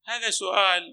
هذا سؤال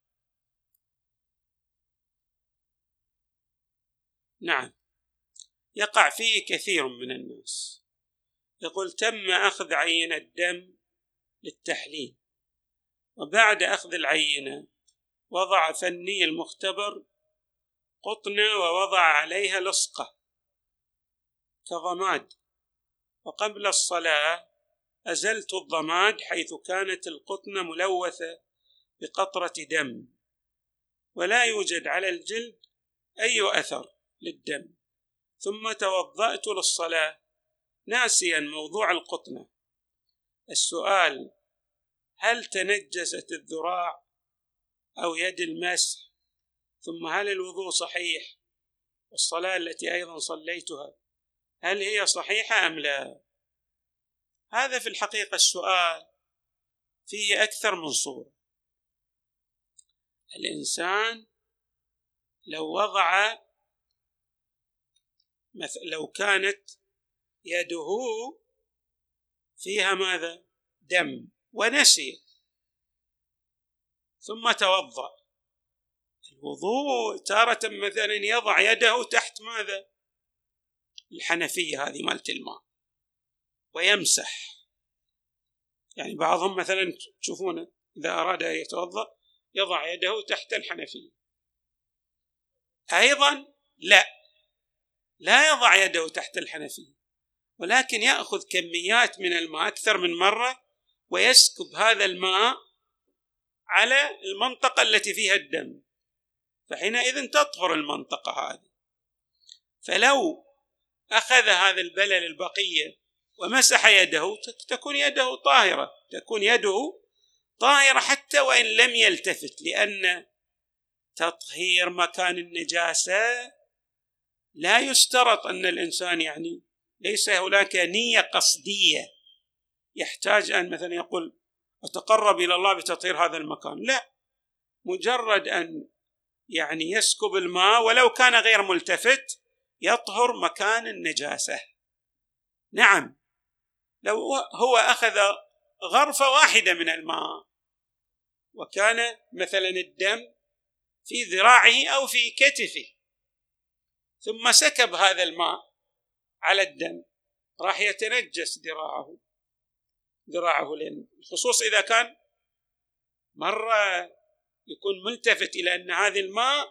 نعم يقع فيه كثير من الناس. يقول: تم أخذ عينة دم للتحليل، وبعد أخذ العينة وضع فني المختبر قطنة ووضع عليها لصقة كضماد، وقبل الصلاة أزلت الضماد حيث كانت القطنة ملوثة بقطرة دم، ولا يوجد على الجلد أي أثر للدم، ثم توضأت للصلاة ناسيا موضوع القطنة. السؤال: هل تنجست الذراع أو يد المسح؟ ثم هل الوضوء صحيح؟ والصلاة التي أيضا صليتها هل هي صحيحة أم لا؟ هذا في الحقيقة السؤال فيه أكثر من صورة. الإنسان لو كانت يده فيها ماذا؟ دم، ونسي ثم توضأ. الوضوء تارة مثلا يضع يده تحت ماذا؟ الحنفية هذه مالت الماء ويمسح. يعني بعضهم مثلا تشوفونه إذا أراد أن يتوضأ يضع يده تحت الحنفية. أيضا لا يضع يده تحت الحنفية، ولكن يأخذ كميات من الماء أكثر من مرة ويسكب هذا الماء على المنطقة التي فيها الدم، فحينئذ تطهر المنطقة هذه. فلو أخذ هذا البلل البقية ومسح يده تكون يده طاهرة حتى وإن لم يلتفت، لأن تطهير مكان النجاسة لا يشترط أن الإنسان ليس هناك نية قصدية يحتاج أن مثلا يقول أتقرب إلى الله بتطهير هذا المكان، لا، مجرد أن يسكب الماء ولو كان غير ملتفت يطهر مكان النجاسة. نعم، لو هو أخذ غرفة واحدة من الماء وكان مثلا الدم في ذراعه أو في كتفه ثم سكب هذا الماء على الدم راح يتنجس ذراعه، لأن الخصوص إذا كان مرة يكون ملتفت إلى أن هذا الماء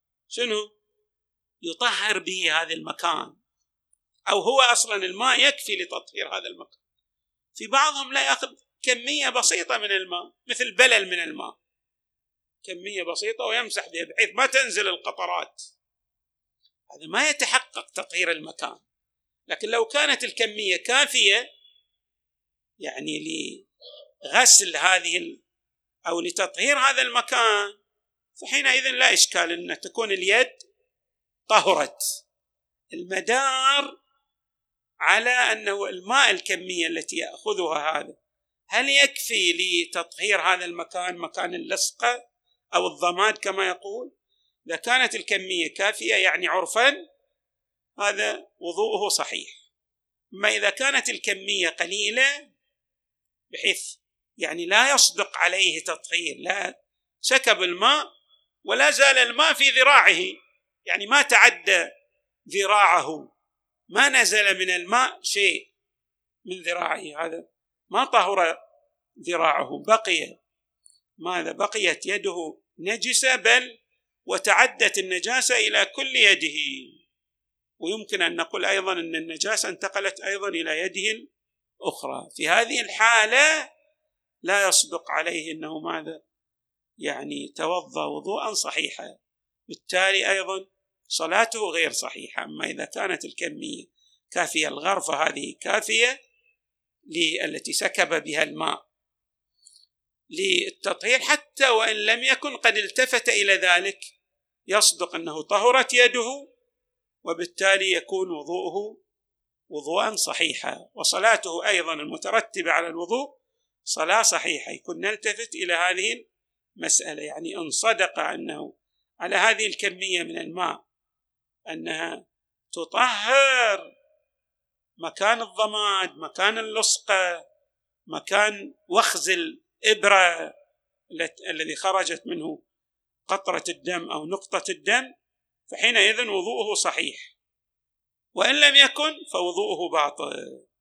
يطهر به هذا المكان، أو هو أصلا الماء يكفي لتطهير هذا المكان. في بعضهم لا يأخذ كمية بسيطة من الماء مثل بلل من الماء، كمية بسيطة ويمسح بها بحيث ما تنزل القطرات، هذا ما يتحقق تطهير المكان. لكن لو كانت الكمية كافية لغسل أو لتطهير هذا المكان، فحينئذ لا إشكال أن تكون اليد طهرت. المدار على أنه الماء الكمية التي يأخذها هذا هل يكفي لتطهير هذا المكان، مكان اللصقة أو الضماد كما يقول؟ إذا كانت الكمية كافية عرفا هذا وضوءه صحيح. أما إذا كانت الكمية قليلة بحيث لا يصدق عليه تطهير، لا، سكب الماء ولا زال الماء في ذراعه، ما تعدى ذراعه، ما نزل من الماء شيء من ذراعه، هذا ما طهر ذراعه، بقيت يده نجسة، بل وتعدت النجاسة إلى كل يده. ويمكن أن نقول أيضا أن النجاسة انتقلت أيضا إلى يده الأخرى. في هذه الحالة لا يصدق عليه أنه توضأ وضوءا صحيحا، بالتالي أيضا صلاته غير صحيحة. أما إذا كانت الكمية كافية، الغرفة هذه كافية التي سكب بها الماء للتطهير، حتى وإن لم يكن قد التفت إلى ذلك، يصدق أنه طهرت يده، وبالتالي يكون وضوءه وضوءا صحيحا، وصلاته أيضا المترتبة على الوضوء صلاة صحيحة. يكون نلتفت إلى هذه المسألة، إن صدق أنه على هذه الكمية من الماء أنها تطهر مكان الضماد، مكان اللصقة، مكان وخز الإبرة، الذي خرجت منه قطرة الدم أو نقطة الدم، فحينئذ وضوءه صحيح، وإن لم يكن فوضوءه باطل.